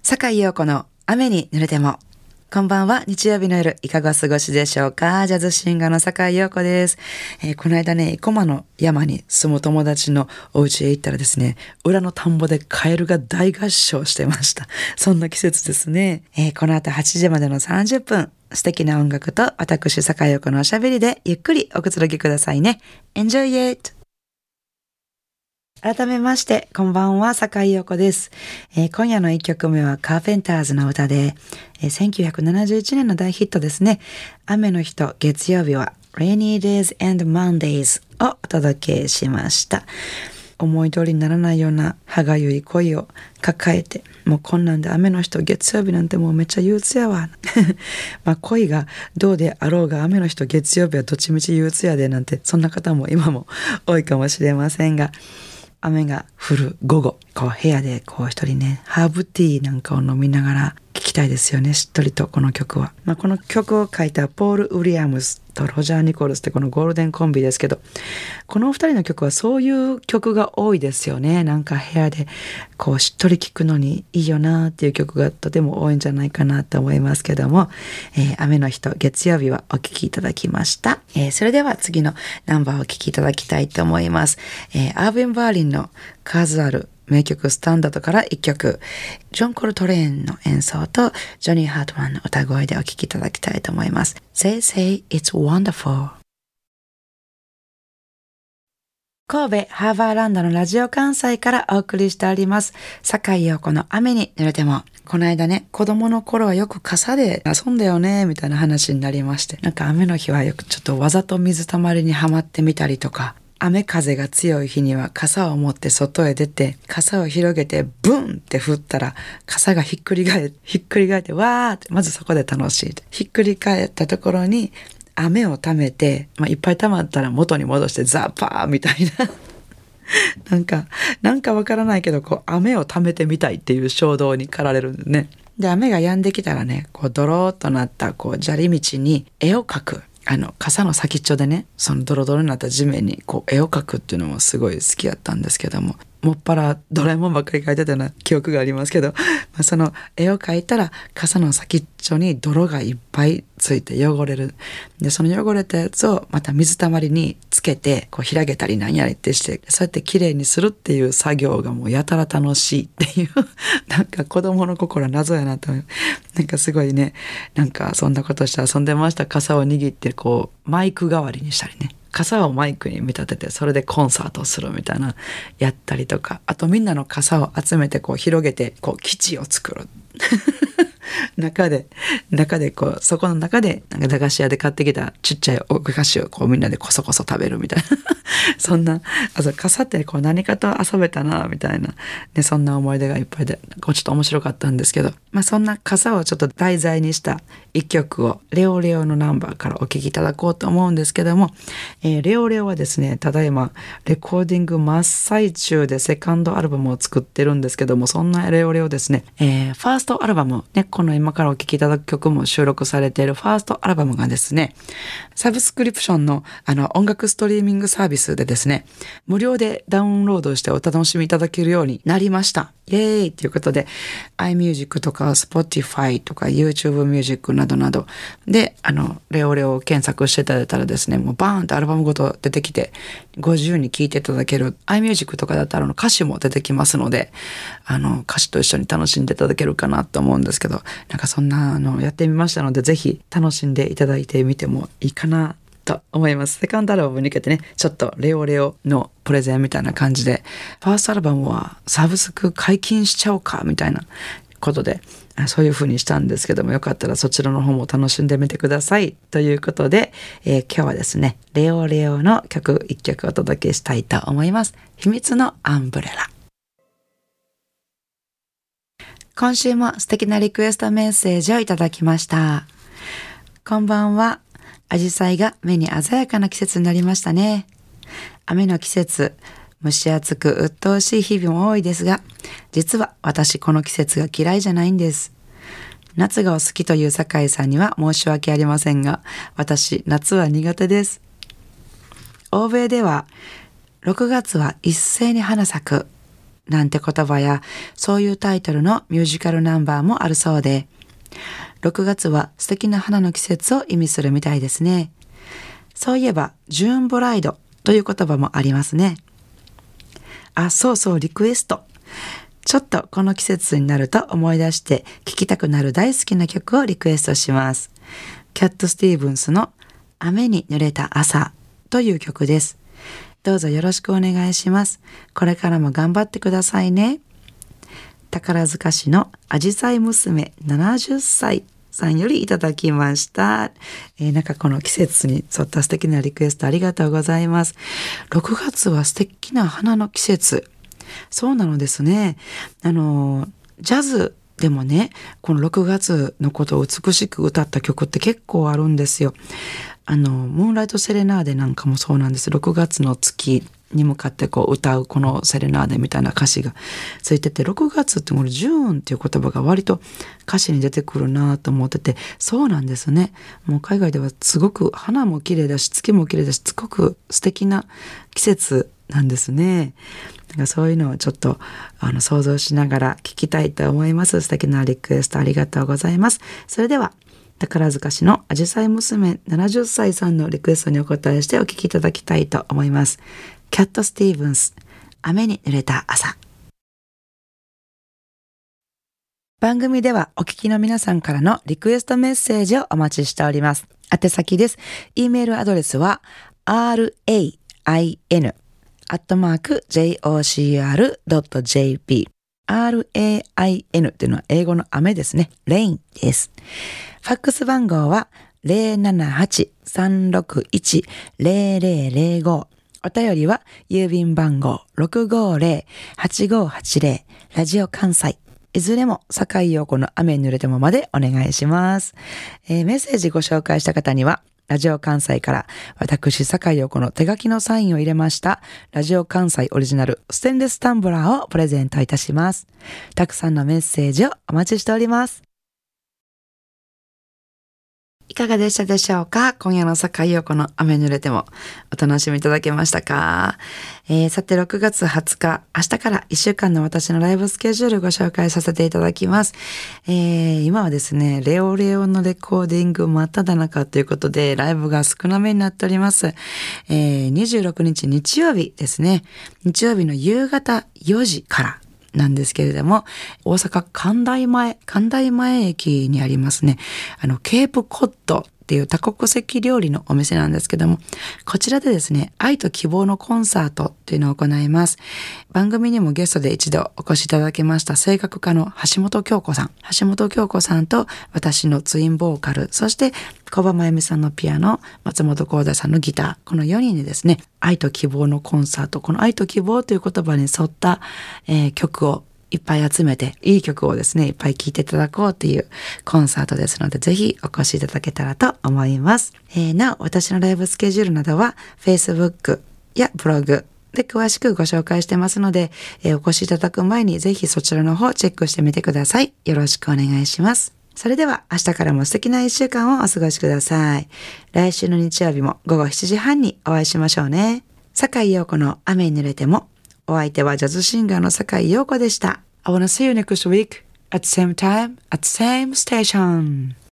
坂井陽子の雨に濡れても。こんばんは。日曜日の夜いかがお過ごしでしょうか。ジャズシンガーの坂井陽子です。この間ね、生駒の山に住む友達のお家へ行ったらですね、裏の田んぼでカエルが大合唱してました。そんな季節ですね。この後8時までの30分、素敵な音楽と私坂井陽子のおしゃべりでゆっくりおくつろぎくださいね。Enjoy it! 改めまして、こんばんは、坂井陽子です。今夜の一曲目はカーペンターズの歌で、1971年の大ヒットですね。雨の日と月曜日は Rainy Days and Mondays をお届けしました。思い通りにならないような歯がゆい恋を抱えて、もうこんなんで雨の日と月曜日なんてもうめっちゃ憂鬱やわ。まあ恋がどうであろうが雨の日と月曜日はどっちみち憂鬱やでなんて、そんな方も今も多いかもしれませんが、雨が降る午後、部屋で一人ね、ハーブティーなんかを飲みながら聴きたいですよね、しっとりとこの曲は。この曲を書いたポール・ウィリアムスとロジャー・ニコルズってこのゴールデンコンビですけど、このお二人の曲はそういう曲が多いですよね。なんか部屋でしっとり聴くのにいいよなっていう曲がとても多いんじゃないかなと思いますけども、雨の日と月曜日はお聴きいただきました。それでは次のナンバーをお聴きいただきたいと思います。アーヴィン・バーリンの数ある名曲スタンダードから一曲、ジョン・コルトレーンの演奏とジョニー・ハートマンの歌声でお聴きいただきたいと思います。They say it's wonderful。神戸ハーバーランドのラジオ関西からお送りしております。坂井陽子の雨に濡れても。この間ね、子供の頃はよく傘で遊んだよねみたいな話になりまして、なんか雨の日はよくちょっとわざと水たまりにはまってみたりとか、雨風が強い日には傘を持って外へ出て、傘を広げてブンって振ったら傘がひっくり返ってわーって、まずそこで楽しい。ひっくり返ったところに雨を溜めて、いっぱい溜まったら元に戻してザッパーみたいななんかわからないけど雨を溜めてみたいっていう衝動に駆られるんですね。で、雨が止んできたらね、ドローっとなった砂利道に絵を描く。傘の先っちょでね、そのドロドロになった地面に絵を描くっていうのもすごい好きだったんですけども、もっぱらドラえもんばっかり描いてたような記憶がありますけど、その絵を描いたら傘の先っちょに泥がいっぱいついて汚れる。で、その汚れたやつをまた水たまりにつけて開けたり何やりってして、そうやってきれいにするっていう作業がもうやたら楽しいっていうなんか子供の心は謎やなと思う。なんかすごいね、なんかそんなことして遊んでました。傘を握ってマイク代わりにしたりね、傘をマイクに見立ててそれでコンサートをするみたいなやったりとか、あとみんなの傘を集めて広げて基地を作る中でそこの中で駄菓子屋で買ってきたちっちゃいお菓子をみんなでこそこそ食べるみたいなそんな傘って何かと遊べたなみたいな、ね、そんな思い出がいっぱいでちょっと面白かったんですけど、そんな傘をちょっと題材にした一曲をレオレオのナンバーからお聴きいただこうと思うんですけども、レオレオはですね、ただいまレコーディング真っ最中でセカンドアルバムを作ってるんですけども、そんなレオレオですね、ファーストアルバムね、この今からお聴きいただく曲も収録されているファーストアルバムがですね、サブスクリプションの音楽ストリーミングサービスでですね、無料でダウンロードしてお楽しみいただけるようになりました。イエーイということで、iMusic とか Spotify とか YouTube Music などなどで、レオレオを検索していただいたらですね、もうバーンとアルバムごと出てきて、ご自由に聴いていただける。iMusic とかだったら歌詞も出てきますので、歌詞と一緒に楽しんでいただけるかなと思うんですけど、なんかそんなやってみましたので、ぜひ楽しんでいただいてみてもいいかなと思います。セカンドアルバムに向けてね、ちょっとレオレオのプレゼンみたいな感じで、ファーストアルバムはサブスク解禁しちゃおうかみたいなことで、そういう風にしたんですけども、よかったらそちらの方も楽しんでみてくださいということで、今日はですね、レオレオの曲一曲お届けしたいと思います。秘密のアンブレラ。今週も素敵なリクエストメッセージをいただきました。こんばんは。アジサイが目に鮮やかな季節になりましたね。雨の季節、蒸し暑く鬱陶しい日々も多いですが、実は私この季節が嫌いじゃないんです。夏がお好きという酒井さんには申し訳ありませんが、私夏は苦手です。欧米では6月は一斉に花咲くなんて言葉や、そういうタイトルのミュージカルナンバーもあるそうで、6月は素敵な花の季節を意味するみたいですね。そういえば、ジューンブライドという言葉もありますね。あ、そうそう、リクエスト。ちょっとこの季節になると思い出して聴きたくなる大好きな曲をリクエストします。キャット・スティーブンスの雨に濡れた朝という曲です。どうぞよろしくお願いします。これからも頑張ってくださいね。宝塚市のあじさい娘70歳さんよりいただきました。なんかこの季節に沿った素敵なリクエストありがとうございます。6月は素敵な花の季節。そうなのですね。ジャズでもね、この6月のことを美しく歌った曲って結構あるんですよ。ムーンライトセレナーデなんかもそうなんです。6月の月に向かってこう歌うこのセレナーデみたいな歌詞がついてて、6月ってこのジューンっていう言葉が割と歌詞に出てくるなと思ってて、そうなんですね。もう海外ではすごく花も綺麗だし、月も綺麗だし、すごく素敵な季節なんですね。なんかそういうのをちょっと想像しながら聞きたいと思います。素敵なリクエストありがとうございます。それでは宝塚市のあじさい娘70歳さんのリクエストにお答えしてお聞きいただきたいと思います。キャット・スティーブンス、雨に濡れた朝。番組ではお聞きの皆さんからのリクエストメッセージをお待ちしております。宛先です。e メールアドレスは rain@jocr.jp rain というのは英語の雨ですね。レインです。ファックス番号は 078-361-0005。お便りは郵便番号 650-8580 ラジオ関西。いずれも坂井陽子の雨に濡れてもまでお願いします。メッセージご紹介した方にはラジオ関西から私坂井陽子の手書きのサインを入れましたラジオ関西オリジナルステンレスタンブラーをプレゼントいたします。たくさんのメッセージをお待ちしております。いかがでしたでしょうか。今夜の坂井陽子の雨濡れてもお楽しみいただけましたか。さて6月20日、明日から1週間の私のライブスケジュールをご紹介させていただきます。今はですね、レオレオのレコーディング真っ只中ということで、ライブが少なめになっております。26日日曜日ですね。日曜日の夕方4時からなんですけれども、大阪関大前駅にありますね、ケープコットっていう多国籍料理のお店なんですけども、こちらでですね、愛と希望のコンサートっていうのを行います。番組にもゲストで一度お越しいただきました声楽家の橋本京子さんと私のツインボーカル、そして小葉真由美さんのピアノ、松本幸太さんのギター、この4人でですね、愛と希望のコンサート、この愛と希望という言葉に沿った、曲をいっぱい集めて、いい曲をですね、いっぱい聴いていただこうというコンサートですので、ぜひお越しいただけたらと思います。なお、私のライブスケジュールなどは Facebook やブログで詳しくご紹介してますので、お越しいただく前にぜひそちらの方チェックしてみてください。よろしくお願いします。それでは明日からも素敵な1週間をお過ごしください。来週の日曜日も午後7時半にお会いしましょうね。坂井陽子の雨に濡れても。お相手はジャズシンガーの坂井陽子でした。I wanna see you next week at the same time at the same station.